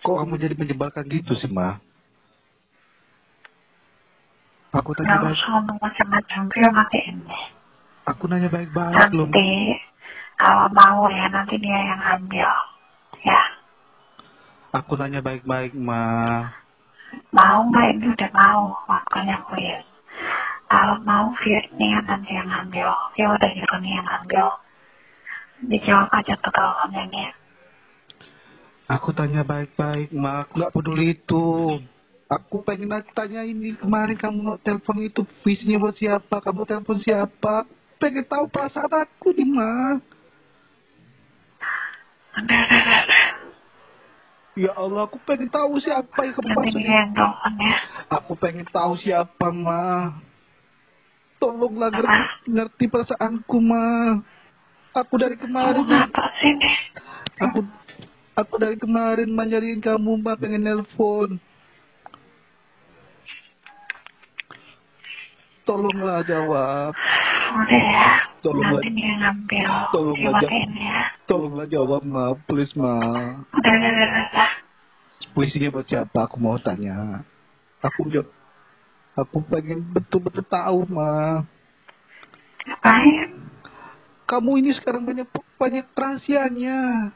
Kok kamu jadi menyebalkan gitu sih, Ma? Aku Nggak tanya baik. usah ngomong macam-macam, dia matiin deh. Aku nanya baik-baik loh. Nanti kalau mau ya nanti dia yang ambil. Ya, Aku nanya baik-baik, Ma. mau nggak ini udah mau, makanya kuis. Kalau mau Virnia nanti yang ambil, ya udah Virnia yang ambil. Dijawab aja tuh teleponnya. Aku tanya baik-baik, Ma. Aku nggak peduli itu. Aku pengen tanya ini. Kemarin kamu telepon itu visinya buat siapa? Kamu telepon siapa? Pengen tahu perasaan aku nih, Ma. Udah. Ya Allah, aku pengen tahu siapa yang kamu Nanti maksud. dia yang telepon ya. Aku pengen tahu siapa, Ma. Tolonglah ngerti perasaanku, Ma. Aku dari kemarin, Apa sih nih? aku dari kemarin nyariin kamu, Ma, pengen nelpon. Tolonglah jawab. Udah ya. Tolonglah, Nanti dia ngambil. tolonglah, Dimatiin ya. tolonglah jawab, Ma. Please, Ma. Udah. Puisinya buat siapa? Aku mau tanya. Aku pengen betul-betul tahu, Ma. Ngapain? Kamu ini sekarang banyak rahasianya.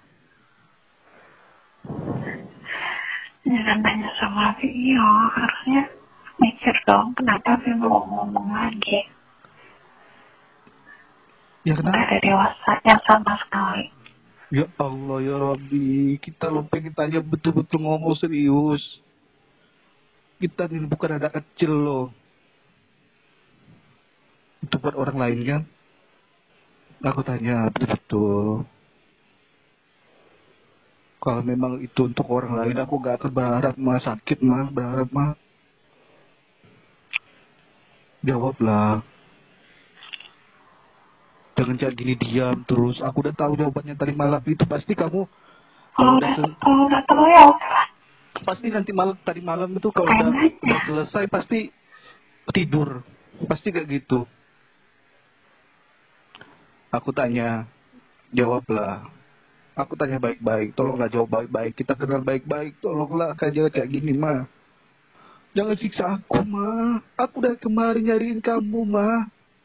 Jangan tanya sama Vio. Harusnya mikir dong kenapa Vio ngomong lagi. Ya Nggak kenapa? ada dewasanya sama sekali. Ya Allah, ya Rabbi. Kita lo pengen tanya betul-betul ngomong serius. Kita ini bukan anak kecil loh. Itu buat orang lain kan? Aku tanya betul-betul. Kalau memang itu untuk orang lain, aku gak akan berharap, Ma. Sakit, Ma. Berharap, Ma. Jawablah. Jangan kayak gini diam terus. Aku udah tahu jawabannya tadi malam itu. Pasti kamu kalau udah tahu ya udah. pasti nanti tadi malam itu kalau udah selesai pasti tidur. Pasti kayak gitu. Aku tanya, jawablah. Aku tanya baik-baik, tolonglah jawab baik-baik. Kita kenal baik-baik, tolonglah kayak gini, Ma. Jangan siksa aku, Ma. Aku dari kemarin nyariin kamu, Ma.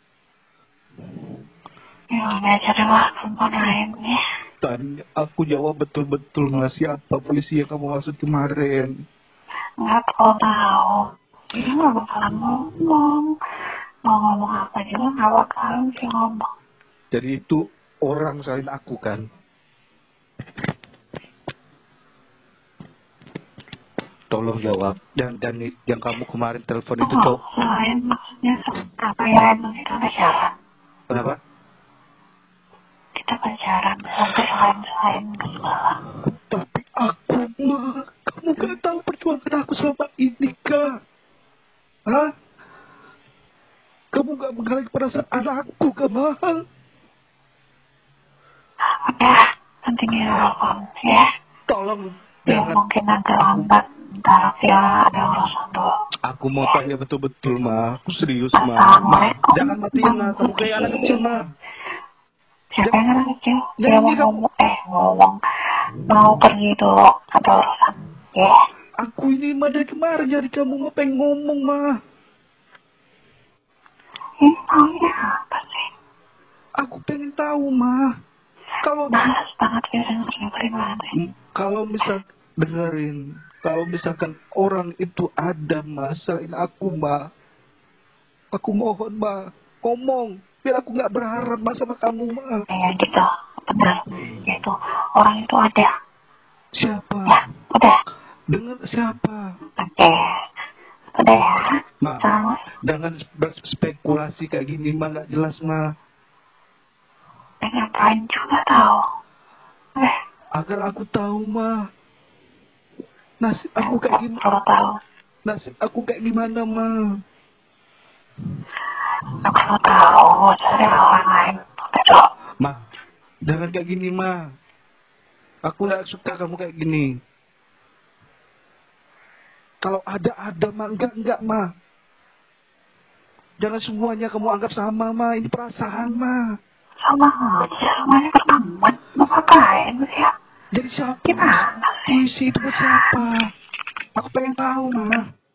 Ya udah carilah perempuan lain ya. Tadi aku jawab betul-betul, Ma. Siapa polisi yang kamu maksud kemarin? Nggak tahu. Dia nggak bakalan ngomong. Mau ngomong apa juga nggak bakalan sih ngomong. Jadi itu orang selain aku kan? Tolong jawab. Dan yang kamu kemarin telepon itu cowok. Selain maksudnya apa ya emang kita pacaran. Kenapa? Kita pacaran sampai selain segala. Tapi aku, Ma, kamu gak tahu perjuangan aku selama ini, Kak. Hah? Kamu gak menghargai perasaan aku, Kak, Ma? Udah, nanti dia telepon ya. Tolong Ya jangan. mungkin agak lambat. Ntar ya ada urusan dulu. Aku mau tanya betul-betul, Ma. Aku serius, Ma. Assalamualaikum. Jangan matiin, Ma. Kamu kayak anak kecil, Ma. Siapa yang anak kecil? Ya, Dia ini mau ngomong. Mau pergi dulu. Ada urusan. Ya. Aku ini, Ma, dari kemarin jadi kamu mau pengen ngomong, Ma. Ini taunya apa sih? Aku pengen tahu, Ma. Males banget ya dengerin gimana. Kalau misalkan orang itu ada, Ma, selain aku, Ma. Aku mohon, Ma, ngomong. Biar aku gak berharap, Ma, sama kamu, Ma. Ya gitu, benar. Itu, orang itu ada. Siapa? Ya, udah. Dengar siapa? Oke. Udah ya. Ma, jangan berspekulasi kayak gini, Ma. Gak jelas, Ma. Ngapain juga tahu. Agar aku tahu, Ma. Nasib aku kayak gimana? Kalau tahu. Nasib aku kayak gimana, Ma? Kalau tahu, cari orang lain. Betul. Ma, jangan kayak gini, Ma. Aku gak suka kamu kayak gini. Kalau ada, Ma. Enggak, Ma. Jangan semuanya kamu anggap sama, Ma. Ini perasaan, Ma. Sama aja, semuanya pertemuan. Mau ngapain sih ya? Jadi siapa? Gimana Puisi itu buat siapa? Aku pengen tahu, Ma.